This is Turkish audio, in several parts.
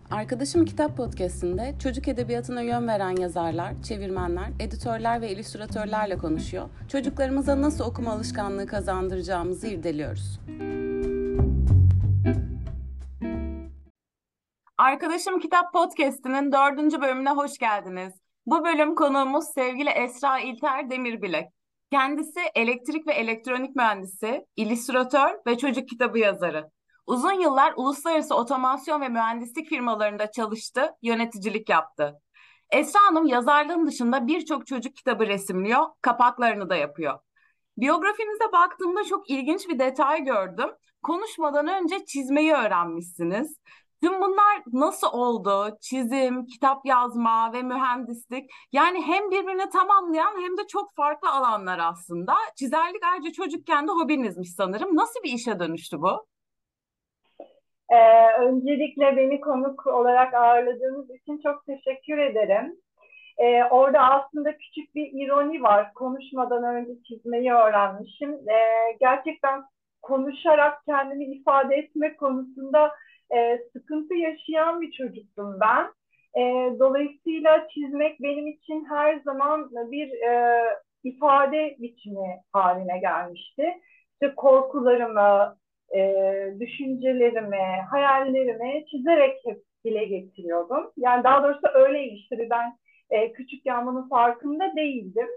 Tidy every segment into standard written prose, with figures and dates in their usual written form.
Arkadaşım Kitap Podcast'inde çocuk edebiyatına yön veren yazarlar, çevirmenler, editörler ve illüstratörlerle konuşuyor. Çocuklarımıza nasıl okuma alışkanlığı kazandıracağımızı irdeliyoruz. Arkadaşım Kitap Podcast'inin 4. bölümüne hoş geldiniz. Bu bölüm konuğumuz sevgili Esra İlter Demirbilek. Kendisi elektrik ve elektronik mühendisi, illüstratör ve çocuk kitabı yazarı. Uzun yıllar uluslararası otomasyon ve mühendislik firmalarında çalıştı, yöneticilik yaptı. Esra Hanım yazarlığın dışında birçok çocuk kitabı resimliyor, kapaklarını da yapıyor. Biyografinize baktığımda çok ilginç bir detay gördüm. Konuşmadan önce çizmeyi öğrenmişsiniz. Tüm bunlar nasıl oldu? Çizim, kitap yazma ve mühendislik. Yani hem birbirini tamamlayan hem de çok farklı alanlar aslında. Çizerlik ayrıca çocukken de hobinizmiş sanırım. Nasıl bir işe dönüştü bu? Öncelikle beni konuk olarak ağırladığınız için çok teşekkür ederim. Orada aslında küçük bir ironi var. Konuşmadan önce çizmeyi öğrenmişim. Gerçekten konuşarak kendimi ifade etme konusunda sıkıntı yaşayan bir çocuktum ben. Dolayısıyla çizmek benim için her zaman bir ifade biçimi haline gelmişti. İşte korkularımı, düşüncelerimi, hayallerimi çizerek hep dile getiriyordum. Yani daha doğrusu öyleymiş tabii ben küçükken bunun farkında değildim.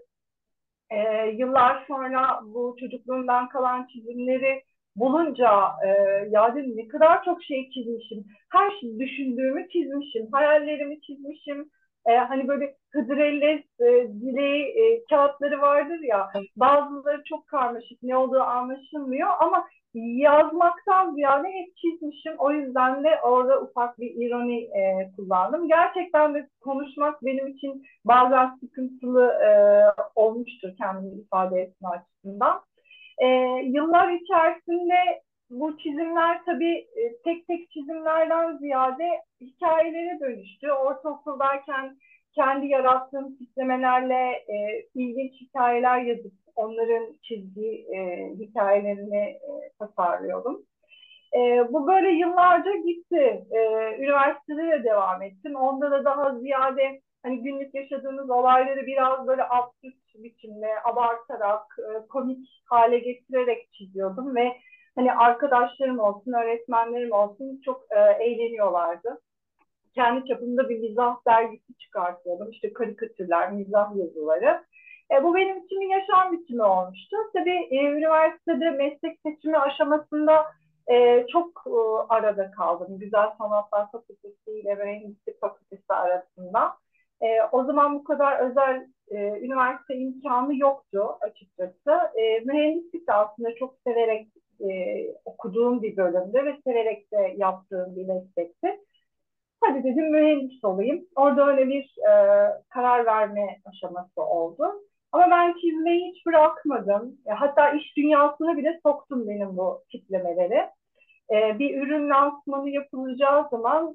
Yıllar sonra bu çocukluğumdan kalan çizimleri bulunca ya dedim ne kadar çok şey çizmişim. Her şey düşündüğümü çizmişim, hayallerimi çizmişim. Hani böyle Hıdrellez dileği kağıtları vardır ya, bazıları çok karmaşık, ne olduğu anlaşılmıyor ama yazmaktan ziyade hep çizmişim. O yüzden de orada ufak bir ironi kullandım. Gerçekten de konuşmak benim için bazen sıkıntılı olmuştur kendini ifade etme açısından. E, Yıllar içerisinde bu çizimler tabii tek tek çizimlerden ziyade hikayelere dönüştü. Ortaokuldayken kendi yarattığım tiplemelerle ilginç hikayeler yazıp onların çizdiği hikayelerini tasarlıyordum. Bu böyle yıllarca gitti. Üniversitede de devam ettim. Onda da daha ziyade hani günlük yaşadığımız olayları biraz böyle absürt biçimde abartarak, komik hale getirerek çiziyordum ve hani arkadaşlarım olsun, öğretmenlerim olsun çok eğleniyorlardı. Kendi çapımda bir mizah dergisi çıkartıyordum. İşte karikatürler, mizah yazıları. Bu benim için bir yaşam biçimi olmuştu. Tabii üniversitede meslek seçimi aşamasında çok arada kaldım. Güzel Sanatlar Fakültesi ile Mühendislik Fakültesi arasında. O zaman bu kadar özel üniversite imkanı yoktu açıkçası. Mühendislik de aslında çok severek okuduğum bir bölümde ve severek de yaptığım bir meslekti. Hadi dedim mühendis olayım. Orada öyle bir karar verme aşaması oldu. Ama ben çizmeyi hiç bırakmadım. Hatta iş dünyasına bile soktum benim bu tiplemeleri. Bir ürün lansmanı yapılacağı zaman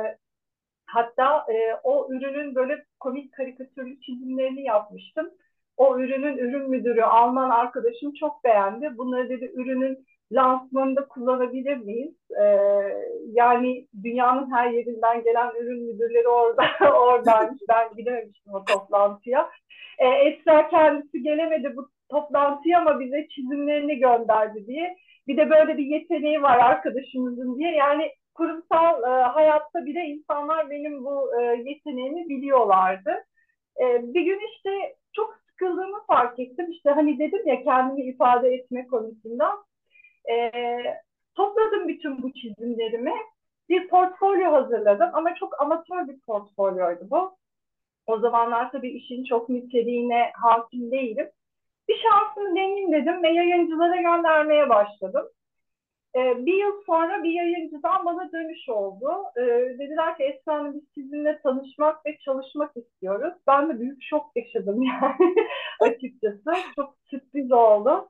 hatta o ürünün böyle komik karikatürlü çizimlerini yapmıştım. O ürünün ürün müdürü Alman arkadaşım çok beğendi. Bunları dedi ürünün lansmanında kullanabilir miyiz? Yani dünyanın her yerinden gelen ürün müdürleri orada oradaymış. Ben gidememiştim o toplantıya. Esra kendisi gelemedi bu toplantıya ama bize çizimlerini gönderdi diye. Bir de böyle bir yeteneği var arkadaşımızın diye. Yani kurumsal hayatta bile insanlar benim bu yeteneğimi biliyorlardı. Bir gün işte çok sıkıldığımı fark ettim. İşte hani dedim ya kendimi ifade etme konusunda. E, Topladım bütün bu çizimlerimi. Bir portfolyo hazırladım ama çok amatör bir portfolyoydu bu. O zamanlar tabii işin çok niteliğine hakim değilim. Bir şansımı deneyeyim dedim ve yayıncılara göndermeye başladım. Bir yıl sonra bir yayıncıdan bana dönüş oldu. Dediler ki Esra Hanım biz sizinle tanışmak ve çalışmak istiyoruz. Ben de büyük şok yaşadım yani açıkçası. Çok sürpriz oldu.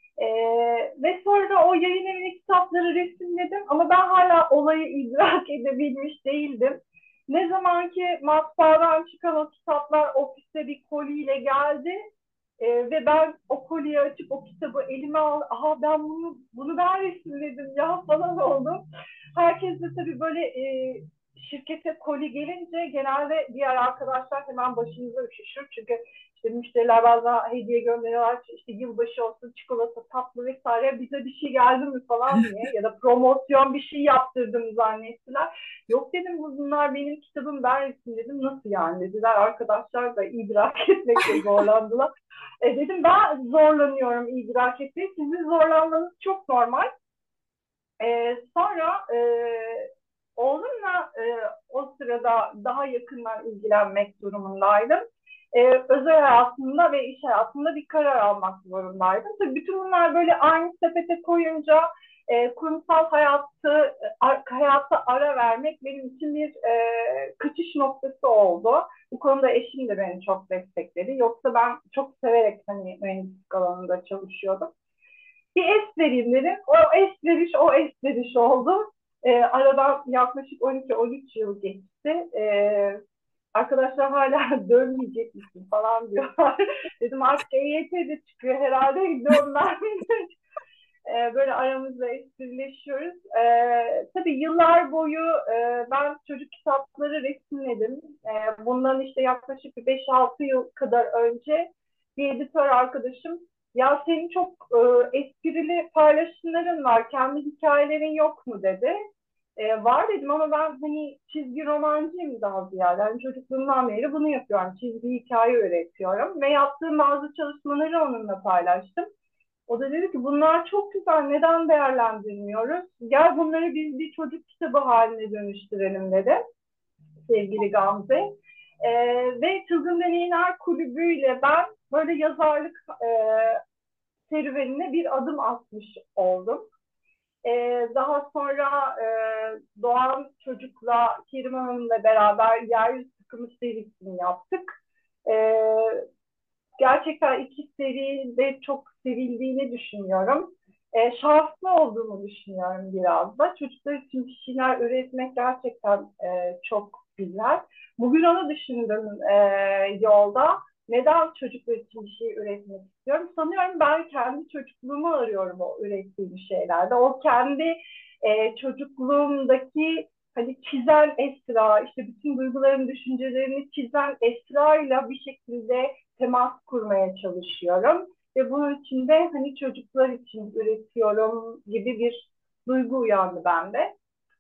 Ve sonra o yayın evine kitapları resimledim ama ben hala olayı idrak edebilmiş değildim. Ne zaman ki matbaadan çıkan o kitaplar ofiste bir koliyle geldi, ve ben o kolyeyi açıp o kitabı elime al, aha ben bunu ben resimledim ya falan oldum. Herkes de tabii böyle şirkete koli gelince genelde diğer arkadaşlar hemen başınıza üşüşür. Çünkü işte müşteriler bazen hediye gönderiyorlar. İşte yılbaşı olsun, çikolata, tatlı vesaire. Bize bir şey geldi mi falan diye. Ya da promosyon bir şey yaptırdım zannettiler. Yok dedim, bunlar benim kitabım, ben resimledim. Nasıl yani dediler. Arkadaşlar da idrak etmekte zorlandılar. Dedim ben zorlanıyorum idrak etmeye. Sizin zorlanmanız çok normal. Sonra oğlumla o sırada daha yakından ilgilenmek durumundaydım. Özel hayatımda ve iş hayatımda bir karar almak zorundaydım. Tabii bütün bunlar böyle aynı sepete koyunca kurumsal hayata ara vermek benim için bir kaçış noktası oldu. Bu konuda eşim de beni çok destekledi. Yoksa ben çok severek hani mühendislik alanında çalışıyordum. Bir es vereyim dedim. O es veriş oldu. Aradan yaklaşık 12-13 yıl geçti. Arkadaşlar hala dönmeyecek misin falan diyorlar. Dedim artık EYT de çıkıyor herhalde. Dönmem. Böyle aramızda esprileşiyoruz. Tabii yıllar boyu ben çocuk kitapları resimledim. Bundan işte yaklaşık 5-6 yıl kadar önce bir editör arkadaşım, ya senin çok esprili paylaşımların var, kendi hikayelerin yok mu dedi. Var dedim ama ben hani çizgi romancıyım daha ziyade. Yani çocukluğumdan beri bunu yapıyorum. Çizgi hikaye üretiyorum ve yaptığım bazı çalışmaları onunla paylaştım. O da dedi ki bunlar çok güzel, neden değerlendirmiyoruz? Gel bunları biz bir çocuk kitabı haline dönüştürelim dedi sevgili Gamze. Ve Çılgın Deneyler Kulübü ile ben böyle yazarlık serüvenine bir adım atmış oldum. Daha sonra Doğan Çocuk'la Kerim Hanım'la beraber Yeryüzü Sıkımı serisini yaptık. Gerçekten iki seri de çok sevildiğini düşünüyorum. Şanslı olduğumu düşünüyorum biraz da. Çocuklar için bir şeyler üretmek gerçekten çok güzel. Bugün onu düşündüm yolda. Neden çocuklar için bir şey üretmek istiyorum? Sanıyorum ben kendi çocukluğumu arıyorum o ürettiğim şeylerde. O kendi çocukluğumdaki hani çizen Esra, işte bütün duyguların, düşüncelerini çizen Esra ile bir şekilde temas kurmaya çalışıyorum. Ve bunun için de hani çocuklar için üretiyorum gibi bir duygu uyandı bende.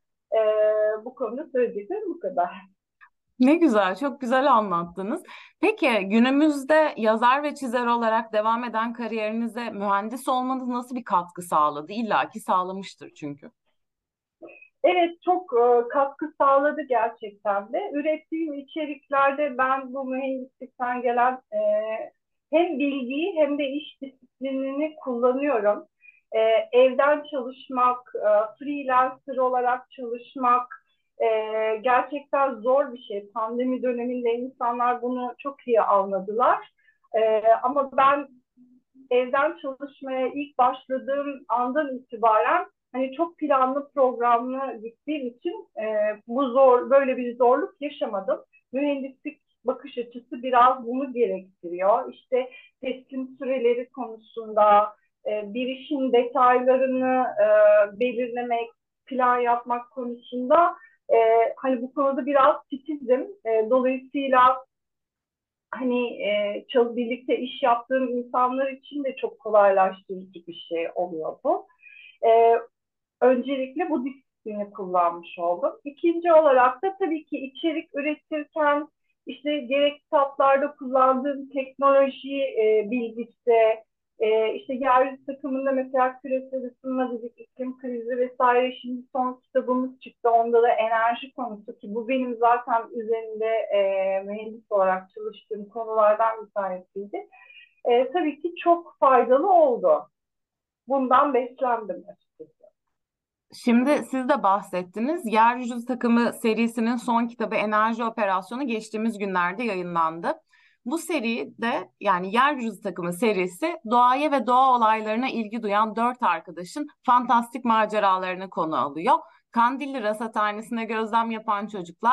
Bu konuda söyleyeceklerim bu kadar. Ne güzel, çok güzel anlattınız. Peki günümüzde yazar ve çizer olarak devam eden kariyerinize mühendis olmanız nasıl bir katkı sağladı? İlla ki sağlamıştır çünkü. Evet, çok katkı sağladı gerçekten de. Ürettiğim içeriklerde ben bu mühendislikten gelen hem bilgiyi hem de iş disiplinini kullanıyorum. E, Evden çalışmak, freelancer olarak çalışmak gerçekten zor bir şey. Pandemi döneminde insanlar bunu çok iyi anladılar. Ama ben evden çalışmaya ilk başladığım andan itibaren hani çok planlı programlı gittiğim için böyle bir zorluk yaşamadım. Mühendislik bakış açısı biraz bunu gerektiriyor. İşte teslim süreleri konusunda bir işin detaylarını belirlemek, plan yapmak konusunda hani bu konuda biraz titizim. Dolayısıyla hani birlikte iş yaptığım insanlar için de çok kolaylaştırıcı bir şey oluyor bu. E, Öncelikle bu disiplini kullanmış oldum. İkinci olarak da tabii ki içerik üretirken işte gerek kitaplarda kullandığım teknoloji bilgisi, işte yeryüzü takımında mesela küresel ısınma dedik, iklim krizi vesaire. Şimdi son kitabımız çıktı. Onda da enerji konusu ki bu benim zaten üzerinde mühendis olarak çalıştığım konulardan bir tanesiydi. Tabii ki çok faydalı oldu. Bundan beslendim açıkçası. Şimdi siz de bahsettiniz. Yeryüzü Takımı serisinin son kitabı Enerji Operasyonu geçtiğimiz günlerde yayınlandı. Bu seri de yani Yeryüzü Takımı serisi doğaya ve doğa olaylarına ilgi duyan dört arkadaşın fantastik maceralarını konu alıyor. Kandilli Rasathanesi'nde gözlem yapan çocuklar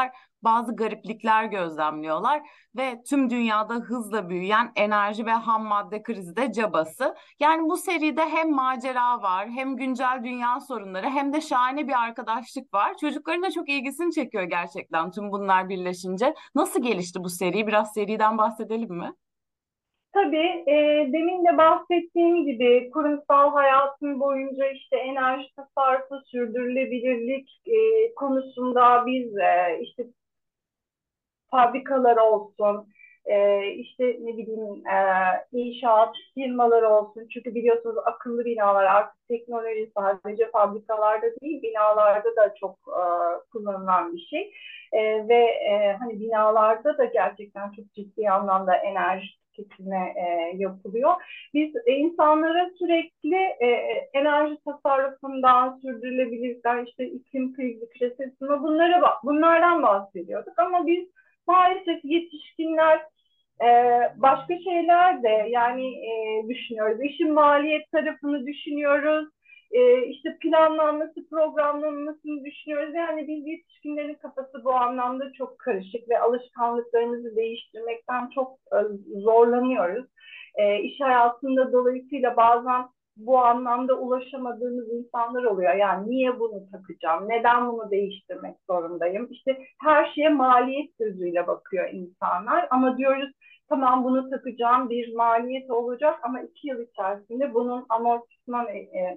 bazı gariplikler gözlemliyorlar ve tüm dünyada hızla büyüyen enerji ve ham madde krizi de cabası. Yani bu seride hem macera var, hem güncel dünya sorunları, hem de şahane bir arkadaşlık var. Çocukların da çok ilgisini çekiyor gerçekten tüm bunlar birleşince. Nasıl gelişti bu seri? Biraz seriden bahsedelim mi? Tabii demin de bahsettiğim gibi kurumsal hayatım boyunca işte enerji tasarrufu, sürdürülebilirlik konusunda biz işte fabrikalar olsun, işte ne bileyim inşaat firmaları olsun. Çünkü biliyorsunuz akıllı binalar artık teknoloji sadece fabrikalarda değil, binalarda da çok kullanılan bir şey. Ve hani binalarda da gerçekten çok ciddi anlamda enerji tüketimi yapılıyor. Biz insanlara sürekli enerji tasarrufundan, sürdürülebilirlikten, işte iklim krizi, küresel ısınma bunlardan bahsediyorduk. Ama biz maalesef yetişkinler başka şeyler de yani düşünüyoruz. İşin maliyet tarafını düşünüyoruz. İşte planlanması, programlanmasını düşünüyoruz. Yani biz yetişkinlerin kafası bu anlamda çok karışık ve alışkanlıklarımızı değiştirmekten çok zorlanıyoruz. İş hayatında dolayısıyla bazen bu anlamda ulaşamadığımız insanlar oluyor. Yani niye bunu takacağım? Neden bunu değiştirmek zorundayım? İşte her şeye maliyet gözüyle bakıyor insanlar. Ama diyoruz tamam bunu takacağım bir maliyet olacak ama 2 yıl içerisinde bunun amortismanı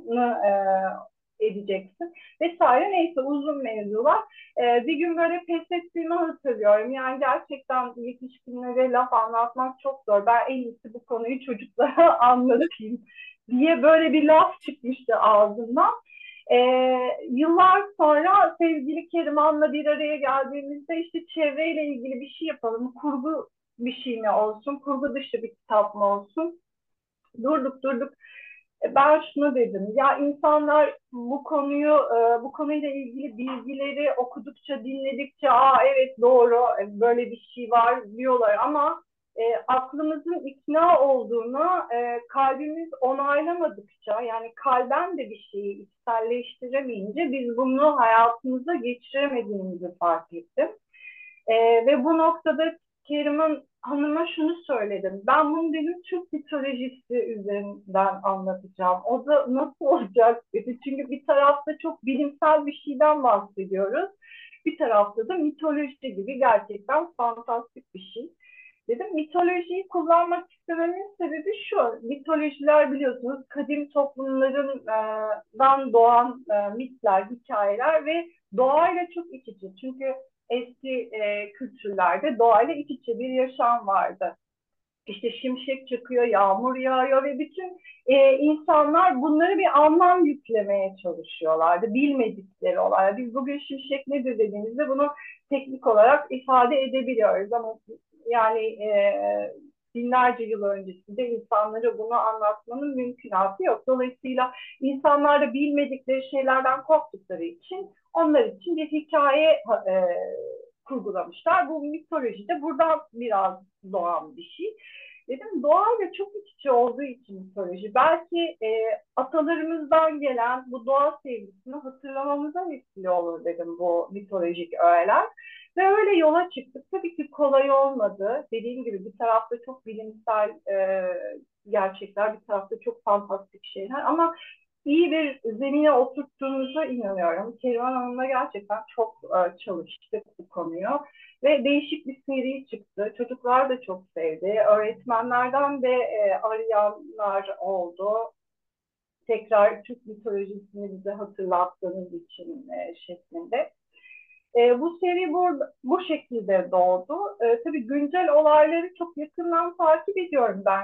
edeceksin vesaire neyse uzun mevzular. Bir gün böyle pes ettiğimi hatırlıyorum. Yani gerçekten yetişkinlere laf anlatmak çok zor. Ben en iyisi bu konuyu çocuklara anlatayım diye böyle bir laf çıkmıştı ağzımdan. Yıllar sonra sevgili Keriman'la bir araya geldiğimizde işte çevreyle ilgili bir şey yapalım. Kurgu bir şey mi olsun, kurgu dışı bir kitap mı olsun? Durduk. Ben şunu dedim. Ya insanlar bu konuyla ilgili bilgileri okudukça, dinledikçe, evet doğru böyle bir şey var diyorlar ama aklımızın ikna olduğunu kalbimiz onaylamadıkça yani kalben de bir şeyi içselleştiremeyince biz bunu hayatımıza geçiremediğimizi fark ettim. Ve bu noktada Kerim'in hanıma şunu söyledim. Ben bunu dedim Türk mitolojisi üzerinden anlatacağım. O da nasıl olacak dedi. Çünkü bir tarafta çok bilimsel bir şeyden bahsediyoruz. Bir tarafta da mitoloji gibi gerçekten fantastik bir şey. Dedim mitolojiyi kullanmak istememin sebebi şu. Mitolojiler biliyorsunuz kadim toplumlardan doğan mitler, hikayeler ve doğayla çok iç içe. Çünkü eski kültürlerde doğayla iç içe bir yaşam vardı. İşte şimşek çakıyor, yağmur yağıyor ve bütün insanlar bunları bir anlam yüklemeye çalışıyorlardı. Bilmedikleri olaylar. Biz bugün şimşek nedir dediğimizde bunu teknik olarak ifade edebiliyoruz ama yani binlerce yıl öncesinde insanlara bunu anlatmanın mümkünatı yok. Dolayısıyla insanlar da bilmedikleri şeylerden korktukları için onlar için bir hikaye kurgulamışlar. Bu mitolojide buradan biraz doğan bir şey. Dedim doğayla çok iç içe olduğu için mitoloji. Belki atalarımızdan gelen bu doğa sevgisini hatırlamamıza vesile olur dedim bu mitolojik öğeler. Ve öyle yola çıktık. Tabii ki kolay olmadı. Dediğim gibi bir tarafta çok bilimsel gerçekler, bir tarafta çok fantastik şeyler. Ama iyi bir zemine oturttuğumuza inanıyorum. Keriman Hanım'la gerçekten çok çalıştık bu konuyu. Ve değişik bir seri çıktı. Çocuklar da çok sevdi. Öğretmenlerden de arayanlar oldu. Tekrar Türk mitolojisini bize hatırlattığınız için şeklinde. Bu seri bu şekilde doğdu. Tabii güncel olayları çok yakından takip ediyorum ben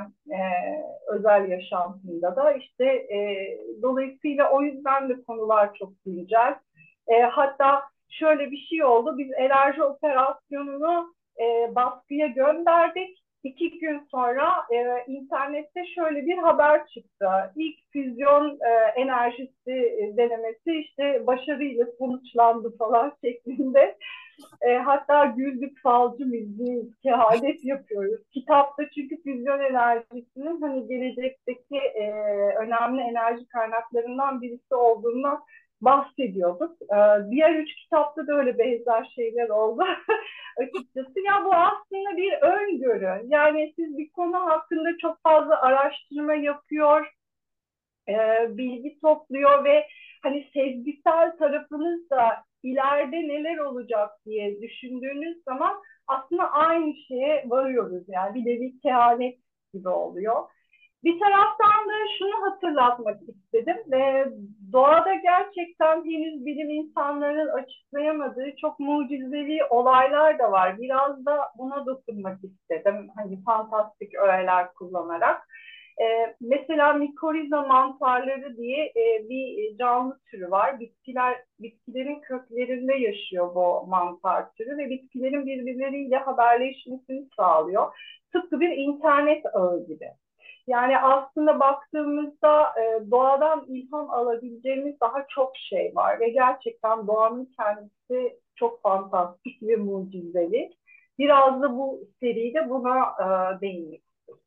özel yaşantımda da. İşte dolayısıyla o yüzden de konular çok güncel. Hatta şöyle bir şey oldu. Biz enerji operasyonunu baskıya gönderdik. 2 gün sonra internette şöyle bir haber çıktı. İlk füzyon enerjisi denemesi işte başarıyla sonuçlandı falan şeklinde. Hatta güldük falcı biz kehanet yapıyoruz. Kitapta çünkü füzyon enerjisinin hani gelecekteki önemli enerji kaynaklarından birisi olduğunu bahsediyorduk. Diğer üç kitapta da öyle benzer şeyler oldu açıkçası. Ya bu aslında bir öngörü. Yani siz bir konu hakkında çok fazla araştırma yapıyor, bilgi topluyor ve hani sezgisel tarafınız da ileride neler olacak diye düşündüğünüz zaman aslında aynı şeye varıyoruz. Yani bir nevi kehanet gibi oluyor. Bir taraftan da şunu hatırlatmak istedim ve doğada gerçekten henüz bilim insanlarının açıklayamadığı çok mucizevi olaylar da var. Biraz da buna dokunmak istedim. Hani fantastik öğeler kullanarak. Mesela mikoriza mantarları diye bir canlı türü var. Bitkilerin köklerinde yaşıyor bu mantar türü ve bitkilerin birbirleriyle haberleşmesini sağlıyor. Tıpkı bir internet ağı gibi. Yani aslında baktığımızda doğadan ilham alabileceğimiz daha çok şey var ve gerçekten doğanın kendisi çok fantastik ve mucizevi. Biraz da bu seride buna değinmek.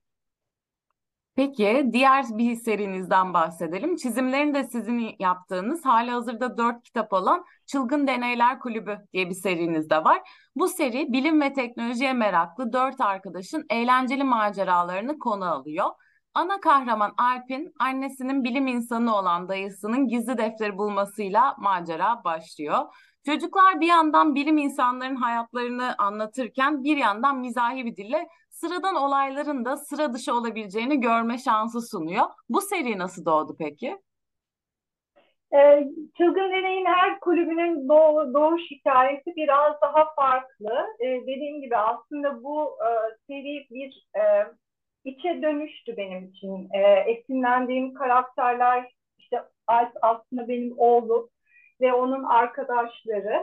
Peki diğer bir serinizden bahsedelim. Çizimlerini de sizin yaptığınız halihazırda 4 kitap olan Çılgın Deneyler Kulübü diye bir seriniz de var. Bu seri bilim ve teknolojiye meraklı 4 arkadaşın eğlenceli maceralarını konu alıyor. Ana kahraman Alp'in annesinin bilim insanı olan dayısının gizli defteri bulmasıyla macera başlıyor. Çocuklar bir yandan bilim insanlarının hayatlarını anlatırken bir yandan mizahi bir dille sıradan olayların da sıra dışı olabileceğini görme şansı sunuyor. Bu seri nasıl doğdu peki? Çılgın Deney'in her kulübünün doğuş hikayesi biraz daha farklı. Dediğim gibi aslında bu seri bir içe dönüştü benim için. Esinlendiğim karakterler işte Alp aslında benim oğlum ve onun arkadaşları.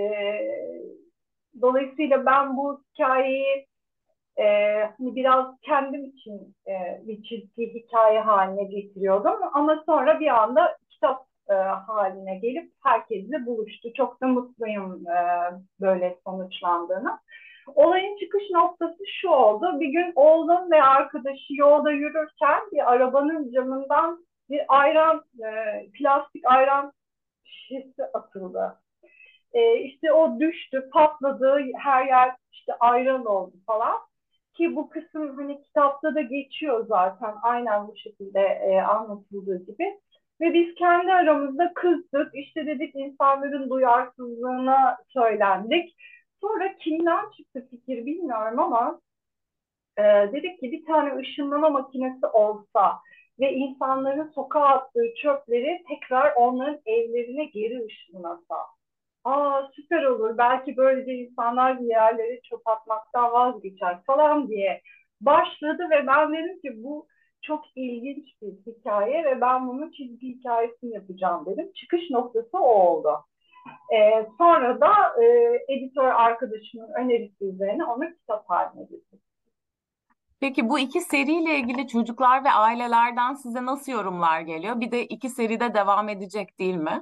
Dolayısıyla ben bu hikayeyi hani biraz kendim için bir çizgi hikaye haline getiriyordum. Ama sonra bir anda kitap haline gelip herkesle buluştu. Çok da mutluyum böyle sonuçlandığını. Olayın çıkış noktası şu oldu. Bir gün oğlum ve arkadaşı yolda yürürken bir arabanın camından bir ayran, plastik ayran şişesi atıldı. İşte o düştü, patladı, her yer işte ayran oldu falan. Ki bu kısım hani kitapta da geçiyor zaten aynen bu şekilde anlatıldığı gibi. Ve biz kendi aramızda kızdık. İşte dedik insanların duyarsızlığına söylendik. Sonra kimden çıktı fikir bilmiyorum ama dedik ki bir tane ışınlama makinesi olsa ve insanların sokağa attığı çöpleri tekrar onların evlerine geri ışınlasa. Aa süper olur. Belki böylece insanlar bir yerlere çöp atmaktan vazgeçer falan diye başladı ve ben dedim ki bu çok ilginç bir hikaye ve ben bunun çizgi hikayesini yapacağım dedim. Çıkış noktası o oldu. Sonra da editör arkadaşımın önerisi üzerine onu kitap haline getirdim. Peki bu iki seriyle ilgili çocuklar ve ailelerden size nasıl yorumlar geliyor? Bir de iki seride devam edecek değil mi?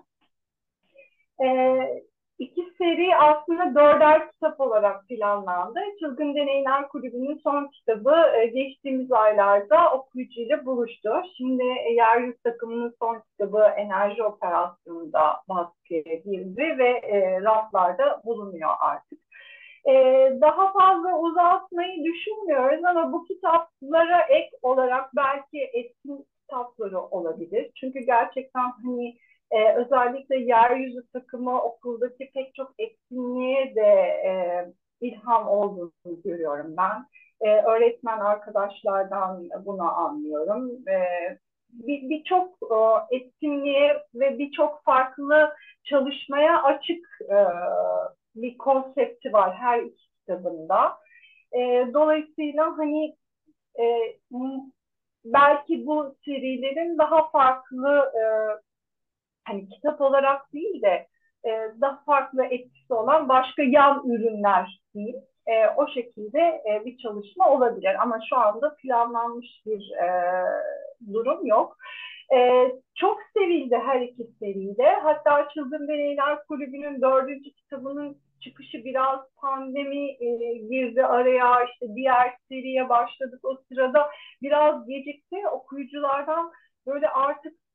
E, iki seri aslında dörder kitap olarak planlandı. Çılgın Deneyler Kulübü'nün son kitabı geçtiğimiz aylarda okuyucuyla buluştu. Şimdi Yeryüzü takımının son kitabı Enerji Operasyonu'nda baskıya girdi ve raflarda bulunuyor artık. Daha fazla uzatmayı düşünmüyoruz ama bu kitaplara ek olarak belki etkin kitapları olabilir. Çünkü gerçekten hani özellikle yeryüzü takımı okuldaki pek çok etkinliğe de ilham olduğunu görüyorum ben. Öğretmen arkadaşlardan bunu anlıyorum. Birçok etkinliğe ve birçok farklı çalışmaya açık bir konsepti var her iki kitabında. Dolayısıyla hani e, belki bu serilerin daha farklı hani kitap olarak değil de daha farklı etkisi olan başka yan ürünler değil. O şekilde bir çalışma olabilir. Ama şu anda planlanmış bir durum yok. Çok sevildi her iki seride. Hatta Çılgın Deneyler Kulübü'nün dördüncü kitabının çıkışı biraz pandemi girdi araya. İşte diğer seriye başladık. O sırada biraz gecikti. Okuyuculardan böyle artık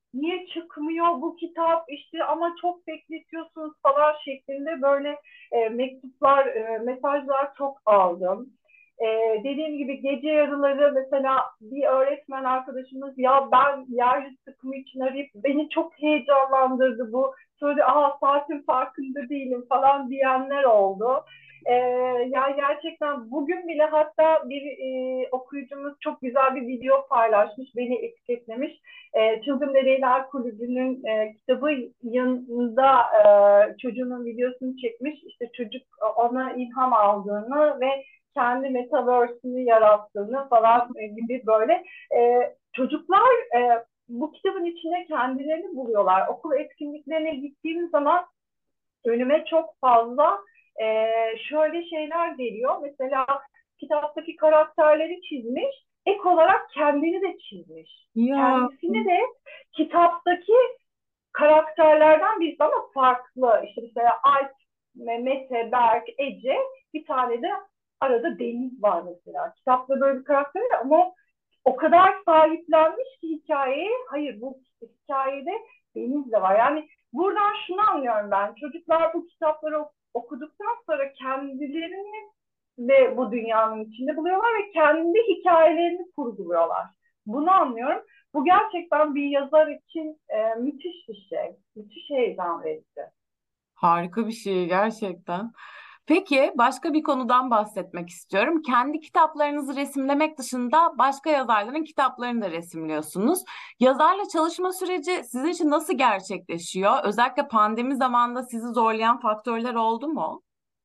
niye çıkmıyor bu kitap işte ama çok bekletiyorsunuz falan şeklinde böyle mektuplar, mesajlar çok aldım. Dediğim gibi gece yarıları mesela bir öğretmen arkadaşımız ya ben yeryüzü sıkımı için arayıp beni çok heyecanlandırdı bu. Sonra saatin farkında değilim falan diyenler oldu. Ee, Yani gerçekten bugün bile hatta bir okuyucumuz çok güzel bir video paylaşmış, beni etiketlemiş. Çılgın Deneyler Kulübü'nün kitabı yanında çocuğunun videosunu çekmiş. İşte çocuk ona ilham aldığını ve kendi metaverse'ini yarattığını falan gibi böyle çocuklar bu kitabın içinde kendilerini buluyorlar. Okul etkinliklerine gittiğim zaman önüme çok fazla şöyle şeyler geliyor. Mesela kitaptaki karakterleri çizmiş, ek olarak kendini de çizmiş. Ya. Kendisini de kitaptaki karakterlerden bir ama farklı. İşte mesela Alp, Mete, Berk, Ece, bir tane de arada Deniz var mesela. Kitapta böyle bir karakter var ama o kadar sahiplenmiş ki hikayeye. Hayır, bu hikayede Deniz de var. Yani buradan şunu anlıyorum ben. Çocuklar bu kitapları okuduktan sonra kendilerini de bu dünyanın içinde buluyorlar ve kendi hikayelerini kurguluyorlar. Bunu anlıyorum. Bu gerçekten bir yazar için müthiş bir şey. Müthiş heyecan verici. Harika bir şey gerçekten. Peki başka bir konudan bahsetmek istiyorum. Kendi kitaplarınızı resimlemek dışında başka yazarların kitaplarını da resimliyorsunuz. Yazarla çalışma süreci sizin için nasıl gerçekleşiyor? Özellikle pandemi zamanında sizi zorlayan faktörler oldu mu?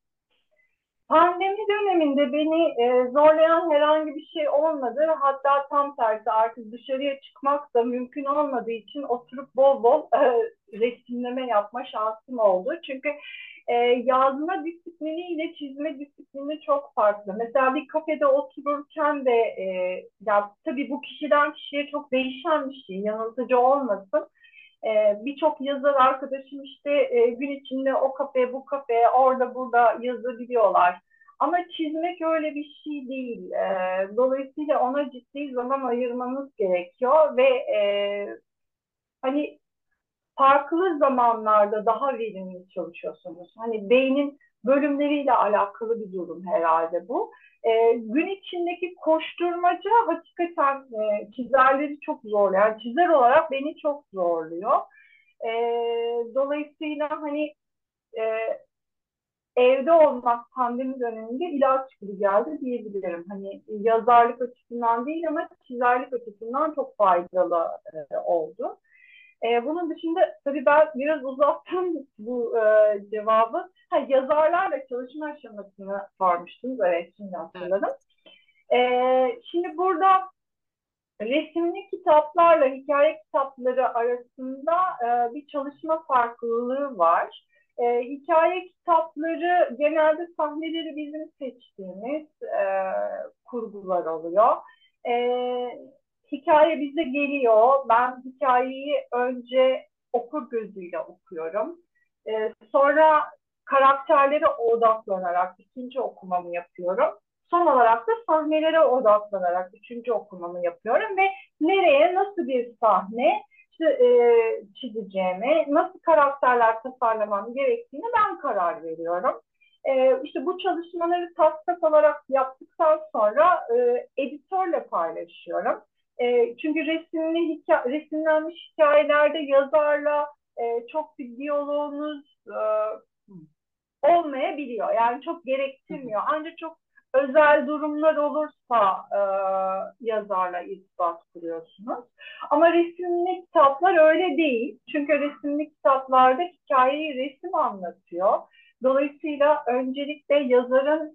Pandemi döneminde beni zorlayan herhangi bir şey olmadı. Hatta tam tersi artık dışarıya çıkmak da mümkün olmadığı için oturup bol bol resimleme yapma şansım oldu. Çünkü yazma disiplini ile çizme disiplini çok farklı. Mesela bir kafede otururken de ya tabii bu kişiden kişiye çok değişen bir şey, yanıltıcı olmasın. Birçok yazar arkadaşım işte gün içinde o kafeye bu kafeye orada burada yazabiliyorlar. Ama çizmek öyle bir şey değil. Dolayısıyla ona ciddi zaman ayırmanız gerekiyor ve hani farklı zamanlarda daha verimli çalışıyorsunuz. Hani beynin bölümleriyle alakalı bir durum herhalde bu. Gün içindeki koşturmaca hakikaten çizerleri çok zorluyor. Yani çizer olarak beni çok zorluyor. E, Dolayısıyla hani e, evde olmak pandemi döneminde ilaç gibi geldi diyebilirim. Hani yazarlık açısından değil ama çizerlik açısından çok faydalı oldu. Bunun dışında tabii ben biraz uzattım bu cevabı. Yazarlarla çalışma aşamasını sormuştunuz. Evet, şimdi hatırladım. Şimdi burada resimli kitaplarla hikaye kitapları arasında bir çalışma farklılığı var. Hikaye kitapları genelde sahneleri bizim seçtiğimiz kurgular oluyor. E, Hikaye bize geliyor. Ben hikayeyi önce okur gözüyle okuyorum. Sonra karakterlere odaklanarak ikinci okumamı yapıyorum. Son olarak da sahnelere odaklanarak üçüncü okumamı yapıyorum ve nereye nasıl bir sahne işte, çizeceğimi, nasıl karakterler tasarlamam gerektiğini ben karar veriyorum. İşte bu çalışmaları taslak olarak yaptıktan sonra editörle paylaşıyorum. Çünkü resimlenmiş hikayelerde yazarla çok bir diyaloğunuz olmayabiliyor. Yani çok gerektirmiyor. Ancak çok özel durumlar olursa yazarla irtibat kuruyorsunuz. Ama resimli kitaplar öyle değil. Çünkü resimli kitaplarda hikayeyi resim anlatıyor. Dolayısıyla öncelikle yazarın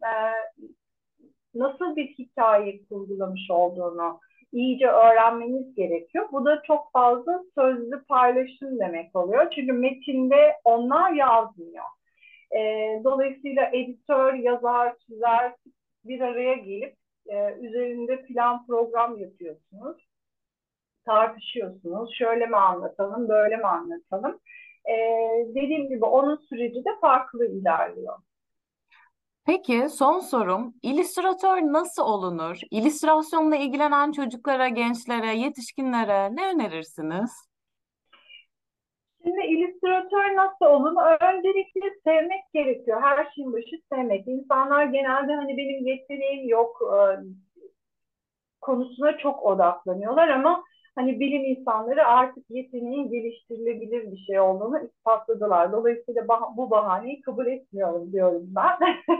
nasıl bir hikaye kurgulamış olduğunu iyice öğrenmeniz gerekiyor. Bu da çok fazla sözlü paylaşım demek oluyor. Çünkü metinde onlar yazmıyor. Dolayısıyla editör, yazar, çizer bir araya gelip üzerinde plan program yapıyorsunuz. Tartışıyorsunuz. Şöyle mi anlatalım, böyle mi anlatalım? Dediğim gibi onun süreci de farklı ilerliyor. Peki son sorum, illüstratör nasıl olunur? İllüstrasyonla ilgilenen çocuklara, gençlere, yetişkinlere ne önerirsiniz? Şimdi illüstratör nasıl olur? Öncelikle sevmek gerekiyor. Her şeyin başı sevmek. İnsanlar genelde hani benim yeteneğim yok konusuna çok odaklanıyorlar ama hani bilim insanları artık yeteneğin geliştirilebilir bir şey olduğunu ispatladılar. Dolayısıyla bu bahaneyi kabul etmiyorum diyorum ben.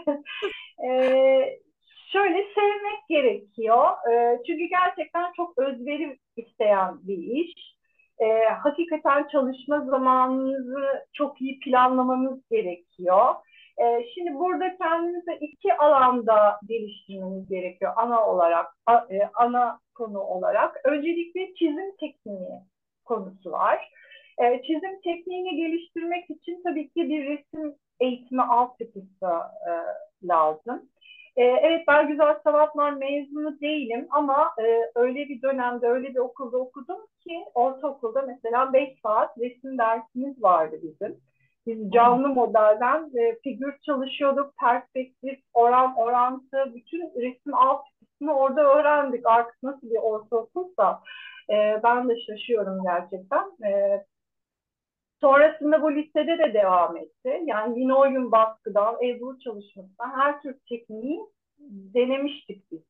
Ee, Şöyle sevmek gerekiyor. Çünkü gerçekten çok özveri isteyen bir iş. Hakikaten çalışma zamanınızı çok iyi planlamanız gerekiyor. Şimdi burada kendinizi iki alanda geliştirmeniz gerekiyor ana olarak, ana konu olarak. Öncelikle çizim tekniği konusu var. Çizim tekniğini geliştirmek için tabii ki bir resim eğitimi altyapısı lazım. Evet, ben Güzel Sanatlar mezunu değilim ama öyle bir dönemde, öyle bir okulda okudum ki ortaokulda mesela 5 saat resim dersimiz vardı bizim. Biz canlı modelden figür çalışıyorduk, perspektif, oran, orantı, bütün resim altyapısını orada öğrendik. Artık nasıl bir ortaokulsa ben de şaşıyorum gerçekten. Sonrasında bu lisede de devam etti. Yani linoleum baskıdan, Ebru çalışmasından her tür tekniği denemiştik biz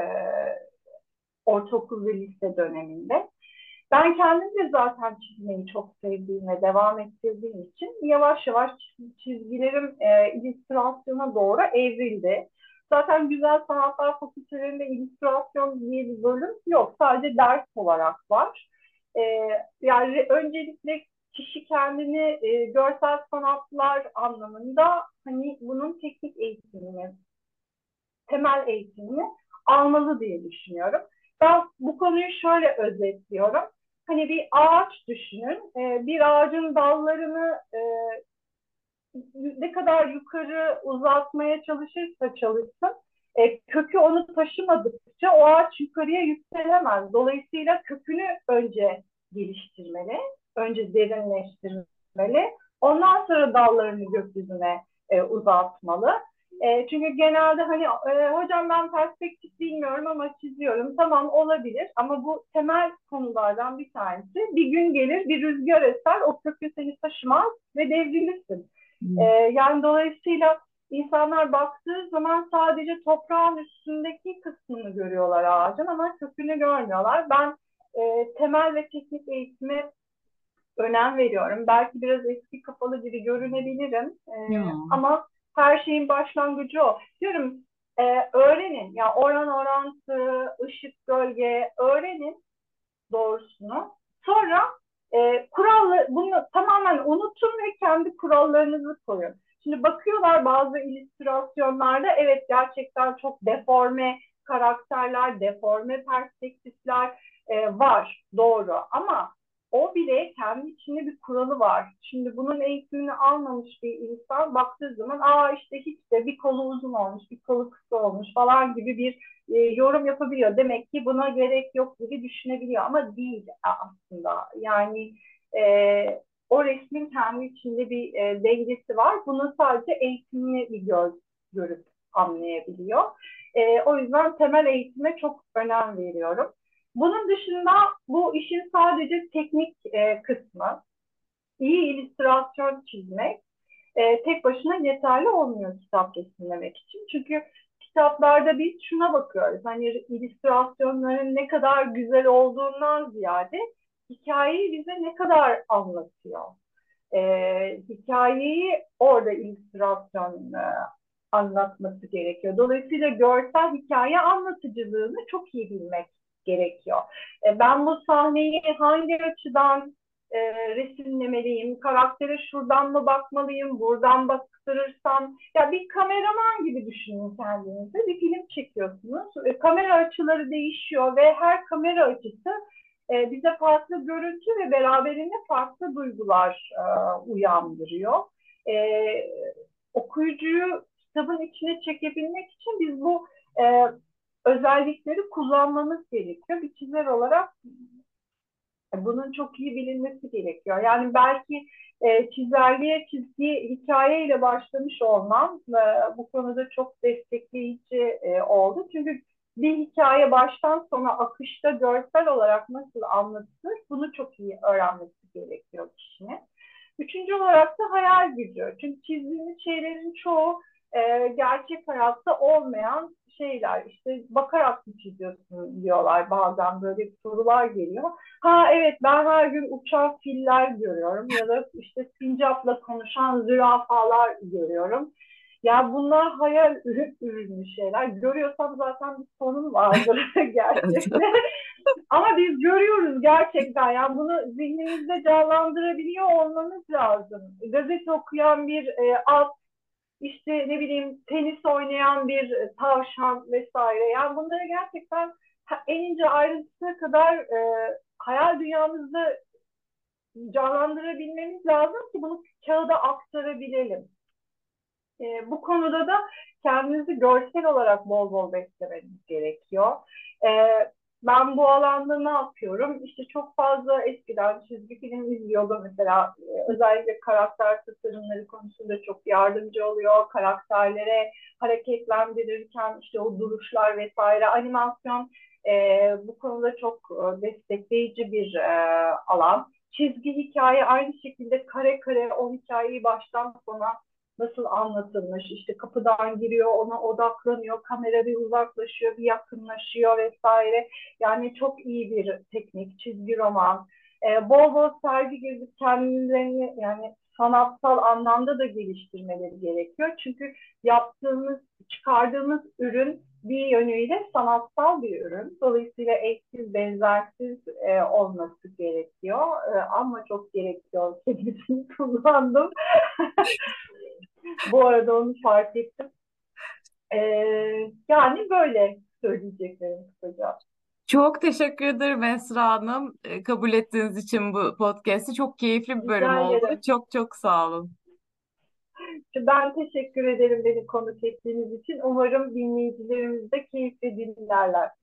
ortaokul ve lise döneminde. Ben kendim de zaten çizmeyi çok sevdiğim ve devam ettirdiğim için yavaş yavaş çizgilerim illüstrasyona doğru evrildi. Zaten Güzel Sanatlar Fakültelerinde illüstrasyon diye bir bölüm yok. Sadece ders olarak var. E, Yani öncelikle kişi kendini görsel sanatlar anlamında hani bunun teknik eğitimini, temel eğitimini almalı diye düşünüyorum. Ben bu konuyu şöyle özetliyorum. Hani bir ağaç düşünün. Bir ağacın dallarını ne kadar yukarı uzatmaya çalışırsa çalışsın, kökü onu taşımadıkça o ağaç yukarıya yükselemez. Dolayısıyla kökünü önce geliştirmeli, önce derinleştirmeli. Ondan sonra dallarını gökyüzüne uzatmalı. Çünkü genelde hani hocam ben perspektif bilmiyorum ama çiziyorum. Tamam, olabilir ama bu temel konulardan bir tanesi. Bir gün gelir, bir rüzgar eser, o kökü seni taşımaz ve devrilirsin. Yani dolayısıyla insanlar baktığı zaman sadece toprağın üstündeki kısmını görüyorlar ağacın ama kökünü görmüyorlar. Ben temel ve teknik eğitime önem veriyorum. Belki biraz eski kafalı gibi görünebilirim Ya. ama her şeyin başlangıcı o. Diyorum öğrenin. Ya oran orantı, ışık, gölge öğrenin doğrusunu. Sonra kurallı bunu tamamen unutun ve kendi kurallarınızı koyun. Şimdi bakıyorlar bazı illüstrasyonlarda, evet gerçekten çok deforme karakterler, deforme perspektifler var, doğru, ama o bile kendi içinde bir kuralı var. Şimdi bunun eğitimini almamış bir insan baktığı zaman işte hiç de bir kolu uzun olmuş, bir kolu kısa olmuş falan gibi bir yorum yapabiliyor. Demek ki buna gerek yok gibi düşünebiliyor ama değil aslında. Yani o resmin kendi içinde bir dengesi var. Bunu sadece eğitimli bir göz görüp anlayabiliyor. O yüzden temel eğitime çok önem veriyorum. Bunun dışında bu işin sadece teknik kısmı. İyi illüstrasyon çizmek tek başına yeterli olmuyor kitap resimlemek için. Çünkü kitaplarda biz şuna bakıyoruz. Hani illüstrasyonların ne kadar güzel olduğundan ziyade hikayeyi bize ne kadar anlatıyor. Hikayeyi orada illüstrasyon anlatması gerekiyor. Dolayısıyla görsel hikaye anlatıcılığını çok iyi bilmek gerekiyor. Ben bu sahneyi hangi açıdan resimlemeliyim, karaktere şuradan mı bakmalıyım, buradan baktırırsam, ya bir kameraman gibi düşünün kendinizi, bir film çekiyorsunuz, kamera açıları değişiyor ve her kamera açısı bize farklı görüntü ve beraberinde farklı duygular uyandırıyor. E, Okuyucuyu kitabın içine çekebilmek için biz bu özellikleri kullanmamız gerekiyor. Bir çizer olarak bunun çok iyi bilinmesi gerekiyor. Yani belki çizerliğe çizgi hikayeyle başlamış olmam bu konuda çok destekleyici oldu. Çünkü bir hikaye baştan sona akışta görsel olarak nasıl anlatılır bunu çok iyi öğrenmesi gerekiyor kişinin. Üçüncü olarak da hayal gücü. Çünkü çizdiğimiz şeylerin çoğu gerçek hayatta olmayan şeyler. İşte bakarak mı çiziyorsun diyorlar, bazen böyle sorular geliyor. Ha evet, ben her gün uçan filler görüyorum ya da işte sincapla konuşan zürafalar görüyorum. Ya bunlar hayal ürünü şeyler. Görüyorsam zaten bir sorun vardır gerçekten. Ama biz görüyoruz gerçekten. Yani bunu zihnimizde canlandırabiliyor olmamız lazım. Gazete okuyan bir at, işte ne bileyim tenis oynayan bir tavşan vesaire. Yani bunları gerçekten en ince ayrıntısına kadar hayal dünyamızda canlandırabilmemiz lazım ki bunu kağıda aktarabilelim. Bu konuda da kendinizi görsel olarak bol bol beslemeniz gerekiyor. E, Ben bu alanda ne yapıyorum? İşte çok fazla eskiden çizgi film izliyordum mesela. Özellikle karakter tasarımları konusunda çok yardımcı oluyor. Karakterlere hareketlendirirken işte o duruşlar vesaire, animasyon bu konuda çok destekleyici bir alan. Çizgi hikaye aynı şekilde, kare kare o hikayeyi baştan sona nasıl anlatılmış, işte kapıdan giriyor, ona odaklanıyor, kamera bir uzaklaşıyor, bir yakınlaşıyor vesaire. Yani çok iyi bir teknik, çizgi roman. Bol bol sergi gezip kendilerini yani sanatsal anlamda da geliştirmeleri gerekiyor. Çünkü yaptığımız, çıkardığımız ürün bir yönüyle sanatsal bir ürün. Dolayısıyla eşsiz, benzersiz olması gerekiyor. Ama çok gerekiyor kelimesini kullandım. Bu arada onu fark ettim. Yani böyle söyleyeceklerim kısaca. Çok teşekkür ederim Esra Hanım. Kabul ettiğiniz için bu podcast'i. Çok keyifli bir bölüm Rica oldu. ederim. Çok çok sağ olun. Ben teşekkür ederim beni konuk ettiğiniz için. Umarım dinleyicilerimiz de keyifle dinlerler.